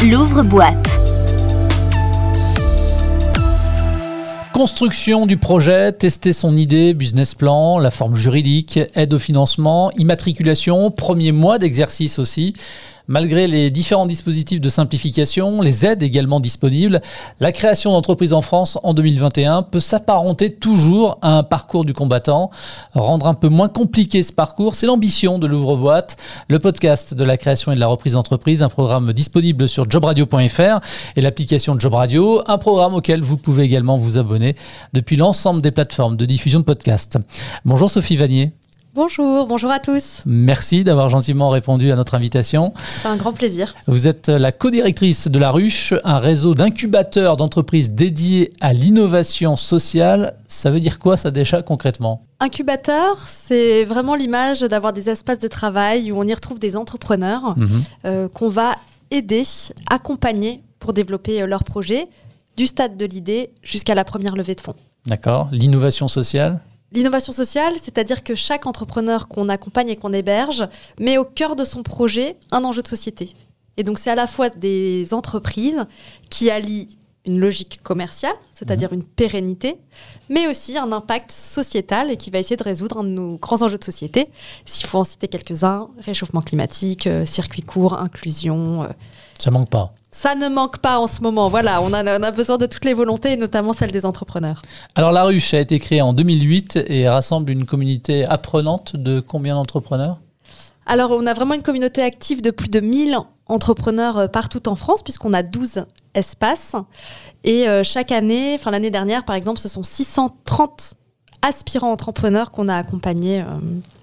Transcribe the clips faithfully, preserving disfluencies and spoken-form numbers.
L'ouvre-boîte. Construction du projet, tester son idée, business plan, la forme juridique, aide au financement, immatriculation, premier mois d'exercice aussi. Malgré les différents dispositifs de simplification, les aides également disponibles, la création d'entreprises en France en deux mille vingt et un peut s'apparenter toujours à un parcours du combattant. Rendre un peu moins compliqué ce parcours, c'est l'ambition de l'ouvre-boîte, le podcast de la création et de la reprise d'entreprise, un programme disponible sur job radio point f r et l'application Job Radio, un programme auquel vous pouvez également vous abonner depuis l'ensemble des plateformes de diffusion de podcasts. Bonjour Sophie Vanier. Bonjour, bonjour à tous. Merci d'avoir gentiment répondu à notre invitation. C'est un grand plaisir. Vous êtes la co-directrice de La Ruche, un réseau d'incubateurs d'entreprises dédiés à l'innovation sociale. Ça veut dire quoi ça déjà concrètement ? Incubateur, c'est vraiment l'image d'avoir des espaces de travail où on y retrouve des entrepreneurs mmh. euh, qu'on va aider, accompagner pour développer euh, leur projet, du stade de l'idée jusqu'à la première levée de fonds. D'accord. L'innovation sociale ? L'innovation sociale, c'est-à-dire que chaque entrepreneur qu'on accompagne et qu'on héberge met au cœur de son projet un enjeu de société. Et donc, c'est à la fois des entreprises qui allient une logique commerciale, c'est-à-dire mmh. une pérennité, mais aussi un impact sociétal et qui va essayer de résoudre un de nos grands enjeux de société. S'il faut en citer quelques-uns, réchauffement climatique, euh, circuit court, inclusion. Euh, Ça manque pas. Ça ne manque pas en ce moment. Voilà, on a, on a besoin de toutes les volontés, et notamment celles des entrepreneurs. Alors, La Ruche a été créée en deux mille huit et rassemble une communauté apprenante de combien d'entrepreneurs ? Alors, on a vraiment une communauté active de plus de mille entrepreneurs partout en France, puisqu'on a douze espaces. Et euh, chaque année, enfin l'année dernière, par exemple, ce sont six cent trente aspirants entrepreneurs qu'on a accompagnés euh,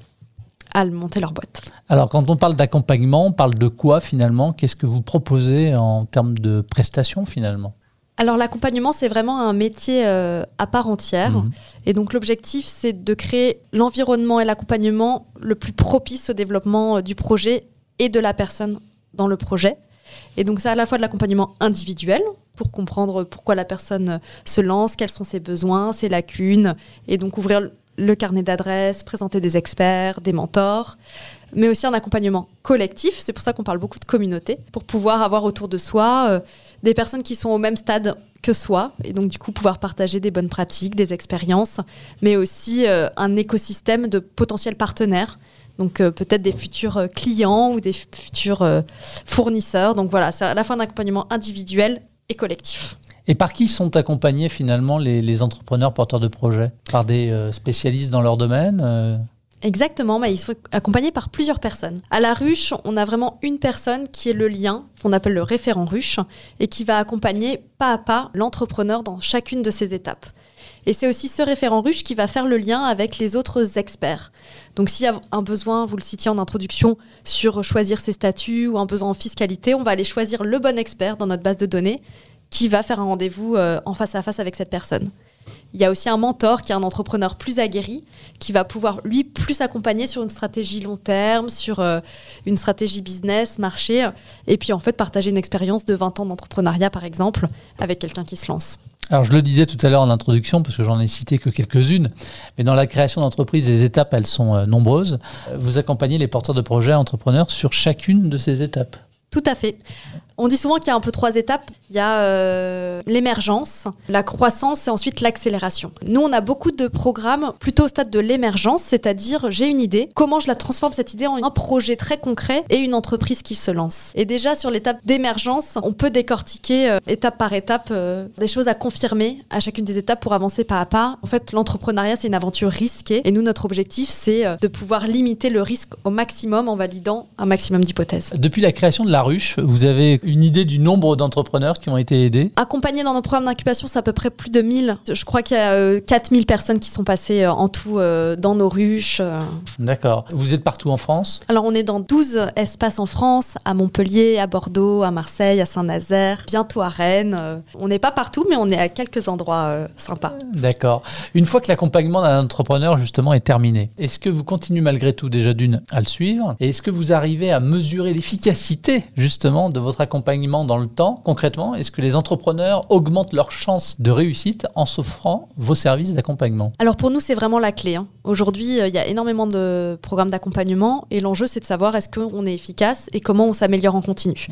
à monter leur boîte. Alors, quand on parle d'accompagnement, on parle de quoi finalement ? Qu'est-ce que vous proposez en termes de prestations finalement ? Alors, l'accompagnement, c'est vraiment un métier euh, à part entière. Mmh. Et donc, l'objectif, c'est de créer l'environnement et l'accompagnement le plus propice au développement euh, du projet et de la personne dans le projet. Et donc, c'est à la fois de l'accompagnement individuel pour comprendre pourquoi la personne se lance, quels sont ses besoins, ses lacunes, et donc ouvrir le carnet d'adresses, présenter des experts, des mentors, mais aussi un accompagnement collectif. C'est pour ça qu'on parle beaucoup de communauté, pour pouvoir avoir autour de soi euh, des personnes qui sont au même stade que soi, et donc du coup pouvoir partager des bonnes pratiques, des expériences, mais aussi euh, un écosystème de potentiels partenaires, donc euh, peut-être des futurs euh, clients ou des f- futurs euh, fournisseurs. Donc voilà, c'est à la fois un accompagnement individuel et collectif. Et par qui sont accompagnés finalement les, les entrepreneurs porteurs de projets ? Par des euh, spécialistes dans leur domaine euh... Exactement, bah, ils sont accompagnés par plusieurs personnes. À La Ruche, on a vraiment une personne qui est le lien, qu'on appelle le référent ruche, et qui va accompagner pas à pas l'entrepreneur dans chacune de ses étapes. Et c'est aussi ce référent ruche qui va faire le lien avec les autres experts. Donc s'il y a un besoin, vous le citiez en introduction, sur choisir ses statuts ou un besoin en fiscalité, on va aller choisir le bon expert dans notre base de données qui va faire un rendez-vous euh, en face à face avec cette personne. Il y a aussi un mentor qui est un entrepreneur plus aguerri qui va pouvoir, lui, plus accompagner sur une stratégie long terme, sur euh, une stratégie business, marché, et puis en fait partager une expérience de vingt ans d'entrepreneuriat, par exemple, avec quelqu'un qui se lance. Alors, je le disais tout à l'heure en introduction, parce que j'en ai cité que quelques-unes, mais dans la création d'entreprise, les étapes, elles sont euh, nombreuses. Vous accompagnez les porteurs de projets entrepreneurs sur chacune de ces étapes. Tout à fait. On dit souvent qu'il y a un peu trois étapes. Il y a euh, l'émergence, la croissance et ensuite l'accélération. Nous, on a beaucoup de programmes plutôt au stade de l'émergence, c'est-à-dire j'ai une idée, comment je la transforme cette idée en un projet très concret et une entreprise qui se lance. Et déjà sur l'étape d'émergence, on peut décortiquer euh, étape par étape euh, des choses à confirmer à chacune des étapes pour avancer pas à pas. En fait, l'entrepreneuriat, c'est une aventure risquée et nous, notre objectif, c'est euh, de pouvoir limiter le risque au maximum en validant un maximum d'hypothèses. Depuis la création de La Ruche, vous avez une idée du nombre d'entrepreneurs qui ont été aidés ? Accompagnés dans nos programmes d'incubation, c'est à peu près plus de mille. Je crois qu'il y a euh, quatre mille personnes qui sont passées euh, en tout euh, dans nos ruches. Euh. D'accord. Vous êtes partout en France ? Alors, on est dans douze espaces en France, à Montpellier, à Bordeaux, à Marseille, à Saint-Nazaire, bientôt à Rennes. Euh, on n'est pas partout, mais on est à quelques endroits euh, sympas. D'accord. Une fois que l'accompagnement d'un entrepreneur, justement, est terminé, est-ce que vous continuez malgré tout, déjà d'une, à le suivre ? Et est-ce que vous arrivez à mesurer l'efficacité, justement, de votre accompagnement dans le temps, concrètement, est-ce que les entrepreneurs augmentent leurs chances de réussite en s'offrant vos services d'accompagnement ? Alors pour nous, c'est vraiment la clé. Hein. Aujourd'hui, il y a énormément de programmes d'accompagnement et l'enjeu, c'est de savoir est-ce qu'on est efficace et comment on s'améliore en continu.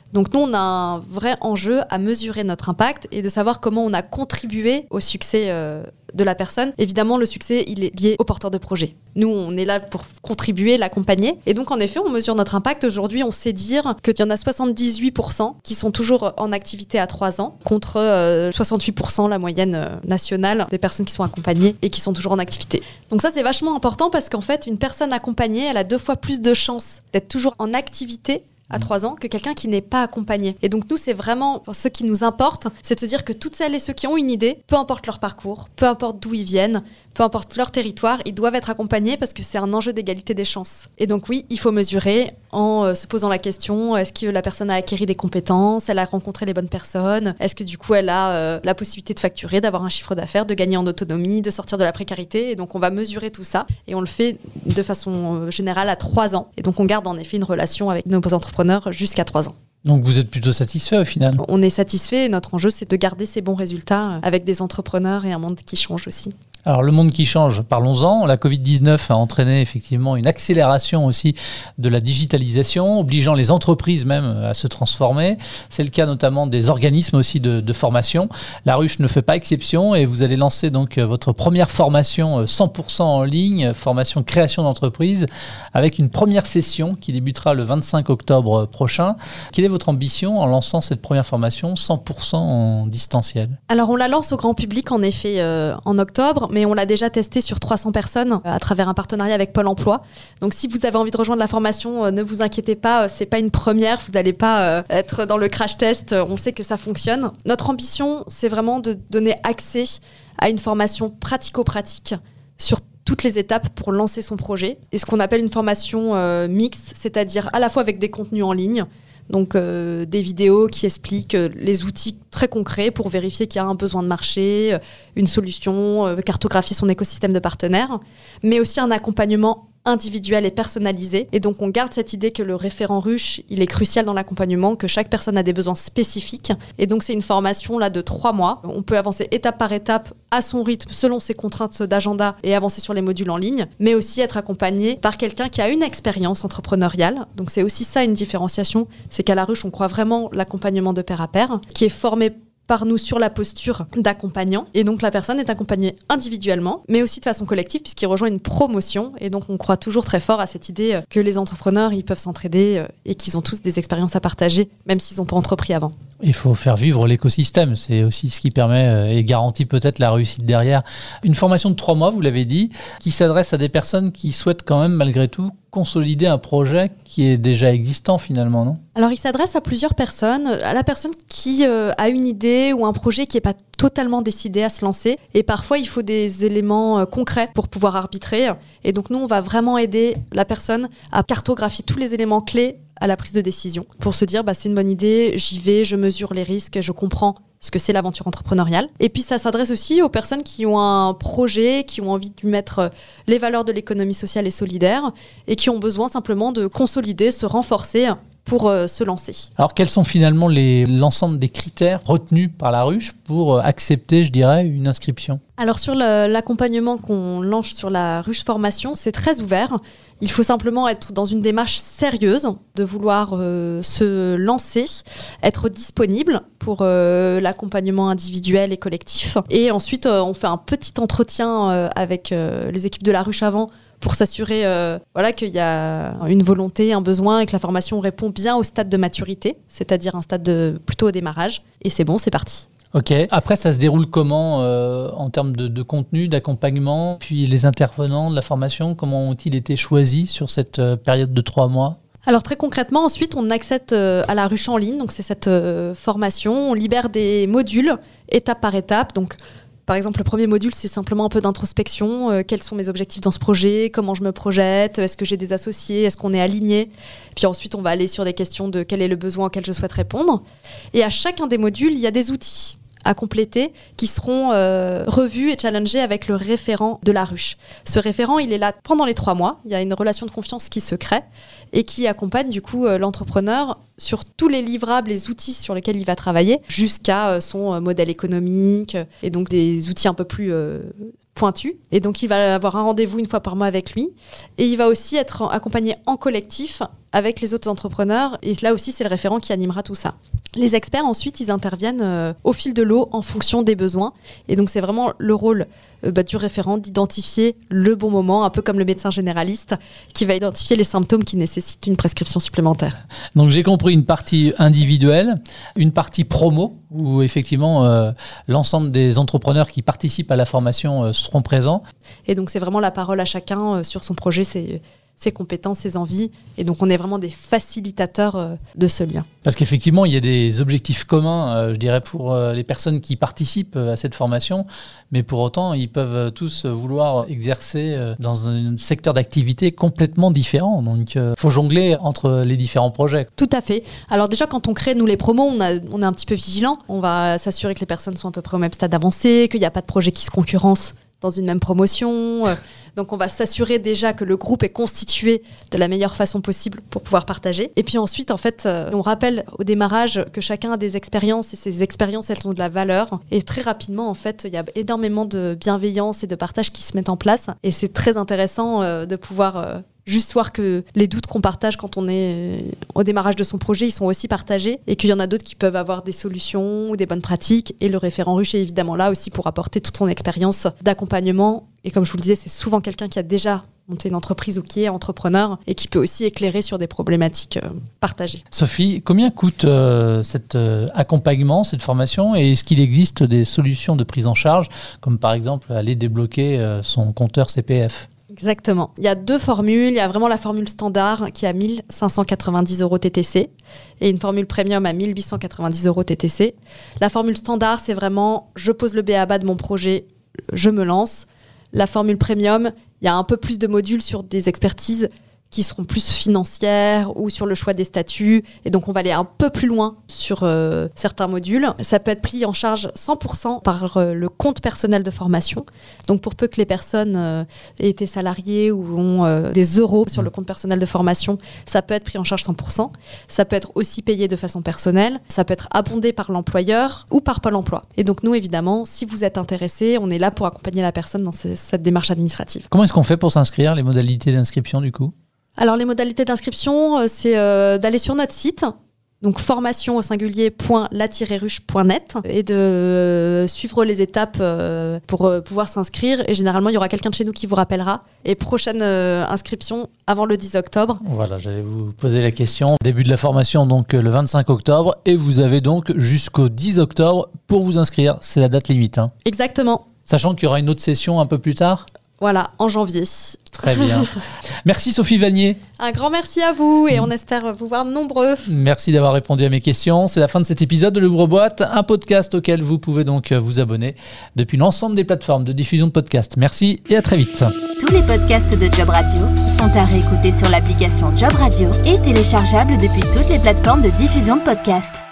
Donc nous, on a un vrai enjeu à mesurer notre impact et de savoir comment on a contribué au succès euh, de la personne. Évidemment, le succès, il est lié au porteur de projet. Nous, on est là pour contribuer, l'accompagner. Et donc, en effet, on mesure notre impact. Aujourd'hui, on sait dire qu'il y en a soixante-dix-huit pour cent qui sont toujours en activité à trois ans, contre euh, soixante-huit pour cent la moyenne euh, nationale des personnes qui sont accompagnées et qui sont toujours en activité. Donc ça, c'est vachement important parce qu'en fait, une personne accompagnée, elle a deux fois plus de chances d'être toujours en activité à trois ans que quelqu'un qui n'est pas accompagné. Et donc nous, c'est vraiment ce qui nous importe, c'est de se dire que toutes celles et ceux qui ont une idée, peu importe leur parcours, peu importe d'où ils viennent, peu importe leur territoire, ils doivent être accompagnés parce que c'est un enjeu d'égalité des chances. Et donc oui, il faut mesurer en euh, se posant la question, est-ce que la personne a acquis des compétences, elle a rencontré les bonnes personnes, est-ce que du coup elle a euh, la possibilité de facturer, d'avoir un chiffre d'affaires, de gagner en autonomie, de sortir de la précarité. Et donc on va mesurer tout ça et on le fait de façon générale à trois ans. Et donc on garde en effet une relation avec nos entrepreneurs jusqu'à trois ans. Donc vous êtes plutôt satisfait au final? On est satisfait et notre enjeu c'est de garder ces bons résultats avec des entrepreneurs et un monde qui change aussi. Alors le monde qui change, parlons-en. La covid dix-neuf a entraîné effectivement une accélération aussi de la digitalisation, obligeant les entreprises même à se transformer. C'est le cas notamment des organismes aussi de, de formation. La Ruche ne fait pas exception et vous allez lancer donc votre première formation cent pour cent en ligne, formation création d'entreprise, avec une première session qui débutera le vingt-cinq octobre prochain. Quelle est votre ambition en lançant cette première formation cent pour cent en distanciel? Alors on la lance au grand public en effet euh, en octobre, mais on l'a déjà testé sur trois cents personnes euh, à travers un partenariat avec Pôle emploi. Donc si vous avez envie de rejoindre la formation, euh, ne vous inquiétez pas, euh, c'est pas une première, vous n'allez pas euh, être dans le crash test, euh, on sait que ça fonctionne. Notre ambition, c'est vraiment de donner accès à une formation pratico-pratique sur toutes les étapes pour lancer son projet. Et ce qu'on appelle une formation euh, mixte, c'est-à-dire à la fois avec des contenus en ligne, donc euh, des vidéos qui expliquent euh, les outils très concrets pour vérifier qu'il y a un besoin de marché, euh, une solution, euh, cartographier son écosystème de partenaires, mais aussi un accompagnement individuel et personnalisé. Et donc on garde cette idée que le référent ruche, il est crucial dans l'accompagnement, que chaque personne a des besoins spécifiques. Et donc c'est une formation là de trois mois. On peut avancer étape par étape à son rythme, selon ses contraintes d'agenda et avancer sur les modules en ligne, mais aussi être accompagné par quelqu'un qui a une expérience entrepreneuriale. Donc c'est aussi ça une différenciation, c'est qu'à la Ruche, on croit vraiment l'accompagnement de pair à pair, qui est formé par nous sur la posture d'accompagnant. Et donc la personne est accompagnée individuellement, mais aussi de façon collective, puisqu'il rejoint une promotion. Et donc on croit toujours très fort à cette idée que les entrepreneurs, ils peuvent s'entraider et qu'ils ont tous des expériences à partager, même s'ils n'ont pas entrepris avant. Il faut faire vivre l'écosystème, c'est aussi ce qui permet et garantit peut-être la réussite derrière. Une formation de trois mois, vous l'avez dit, qui s'adresse à des personnes qui souhaitent quand même malgré tout consolider un projet qui est déjà existant finalement, non? Alors il s'adresse à plusieurs personnes, à la personne qui euh, a une idée ou un projet qui n'est pas totalement décidé à se lancer, et parfois il faut des éléments euh, concrets pour pouvoir arbitrer, et donc nous on va vraiment aider la personne à cartographier tous les éléments clés à la prise de décision pour se dire bah, c'est une bonne idée, j'y vais, je mesure les risques, je comprends ce que c'est l'aventure entrepreneuriale. Et puis ça s'adresse aussi aux personnes qui ont un projet, qui ont envie de mettre les valeurs de l'économie sociale et solidaire et qui ont besoin simplement de consolider, se renforcer pour euh, se lancer. Alors quels sont finalement les, l'ensemble des critères retenus par la Ruche pour accepter, je dirais, une inscription? Alors sur le, l'accompagnement qu'on lance sur la Ruche Formation, c'est très ouvert. Il faut simplement être dans une démarche sérieuse, de vouloir euh, se lancer, être disponible pour euh, l'accompagnement individuel et collectif. Et ensuite, euh, on fait un petit entretien euh, avec euh, les équipes de la Ruche avant pour s'assurer euh, voilà, qu'il y a une volonté, un besoin et que la formation répond bien au stade de maturité, c'est-à-dire un stade de, plutôt au démarrage. Et c'est bon, c'est parti. Ok. Après, ça se déroule comment euh, en termes de, de contenu, d'accompagnement? Puis les intervenants de la formation, comment ont-ils été choisis sur cette euh, période de trois mois? Alors très concrètement, ensuite, on accède euh, à la Ruche en ligne, donc c'est cette euh, formation. On libère des modules étape par étape. Donc, par exemple, le premier module, c'est simplement un peu d'introspection. Euh, quels sont mes objectifs dans ce projet? Comment je me projette? Est-ce que j'ai des associés? Est-ce qu'on est aligné? Puis ensuite, on va aller sur des questions de quel est le besoin auquel je souhaite répondre. Et à chacun des modules, il y a des outils à compléter qui seront euh, revus et challengés avec le référent de la Ruche. Ce référent, il est là pendant les trois mois. Il y a une relation de confiance qui se crée et qui accompagne du coup euh, l'entrepreneur sur tous les livrables, les outils sur lesquels il va travailler, jusqu'à euh, son euh, modèle économique et donc des outils un peu plus euh, pointu. Et donc, il va avoir un rendez-vous une fois par mois avec lui. Et il va aussi être accompagné en collectif avec les autres entrepreneurs. Et là aussi, c'est le référent qui animera tout ça. Les experts, ensuite, ils interviennent euh, au fil de l'eau en fonction des besoins. Et donc, c'est vraiment le rôle euh, bah, du référent d'identifier le bon moment, un peu comme le médecin généraliste qui va identifier les symptômes qui nécessitent une prescription supplémentaire. Donc, j'ai compris une partie individuelle, une partie promo, où effectivement, euh, l'ensemble des entrepreneurs qui participent à la formation euh, seront présents. Et donc, c'est vraiment la parole à chacun euh, sur son projet, c'est... ses compétences, ses envies. Et donc, on est vraiment des facilitateurs euh, de ce lien. Parce qu'effectivement, il y a des objectifs communs, euh, je dirais, pour euh, les personnes qui participent euh, à cette formation. Mais pour autant, ils peuvent tous vouloir exercer euh, dans un secteur d'activité complètement différent. Donc, il euh, faut jongler entre les différents projets. Tout à fait. Alors déjà, quand on crée, nous, les promos, on, a, on est un petit peu vigilant. On va s'assurer que les personnes sont à peu près au même stade avancé, qu'il n'y a pas de projet qui se concurrence dans une même promotion. Donc, on va s'assurer déjà que le groupe est constitué de la meilleure façon possible pour pouvoir partager. Et puis ensuite, en fait, on rappelle au démarrage que chacun a des expériences et ces expériences, elles ont de la valeur. Et très rapidement, en fait, il y a énormément de bienveillance et de partage qui se mettent en place. Et c'est très intéressant euh, de pouvoir... Euh, juste voir que les doutes qu'on partage quand on est au démarrage de son projet, ils sont aussi partagés et qu'il y en a d'autres qui peuvent avoir des solutions ou des bonnes pratiques. Et le référent ruche est évidemment là aussi pour apporter toute son expérience d'accompagnement. Et comme je vous le disais, c'est souvent quelqu'un qui a déjà monté une entreprise ou qui est entrepreneur et qui peut aussi éclairer sur des problématiques euh, partagées. Sophie, combien coûte euh, cet euh, accompagnement, cette formation, et est-ce qu'il existe des solutions de prise en charge, comme par exemple aller débloquer euh, son compteur C P F ? Exactement. Il y a deux formules. Il y a vraiment la formule standard qui est à mille cinq cent quatre-vingt-dix euros T T C et une formule premium à mille huit cent quatre-vingt-dix euros T T C. La formule standard, c'est vraiment je pose le B A B A de mon projet, je me lance. La formule premium, il y a un peu plus de modules sur des expertises qui seront plus financières ou sur le choix des statuts. Et donc, on va aller un peu plus loin sur euh, certains modules. Ça peut être pris en charge cent pour cent par euh, le compte personnel de formation. Donc, pour peu que les personnes euh, aient été salariées ou ont euh, des euros sur le compte personnel de formation, ça peut être pris en charge cent pour cent. Ça peut être aussi payé de façon personnelle. Ça peut être abondé par l'employeur ou par Pôle emploi. Et donc, nous, évidemment, si vous êtes intéressé, on est là pour accompagner la personne dans ce, cette démarche administrative. Comment est-ce qu'on fait pour s'inscrire, les modalités d'inscription du coup ? Alors, les modalités d'inscription, euh, c'est euh, d'aller sur notre site, donc formation au singulier point la tiret ruche point net, et de euh, suivre les étapes euh, pour euh, pouvoir s'inscrire. Et généralement, il y aura quelqu'un de chez nous qui vous rappellera. Et prochaine euh, inscription avant le dix octobre. Voilà, j'allais vous poser la question. Début de la formation, donc le vingt-cinq octobre, et vous avez donc jusqu'au dix octobre pour vous inscrire. C'est la date limite. Hein. Exactement. Sachant qu'il y aura une autre session un peu plus tard ? Voilà, en janvier. Très bien. Merci Sophie Vanier. Un grand merci à vous et on espère vous voir nombreux. Merci d'avoir répondu à mes questions. C'est la fin de cet épisode de l'Ouvre-Boîte, un podcast auquel vous pouvez donc vous abonner depuis l'ensemble des plateformes de diffusion de podcasts. Merci et à très vite. Tous les podcasts de Job Radio sont à réécouter sur l'application Job Radio et téléchargeables depuis toutes les plateformes de diffusion de podcasts.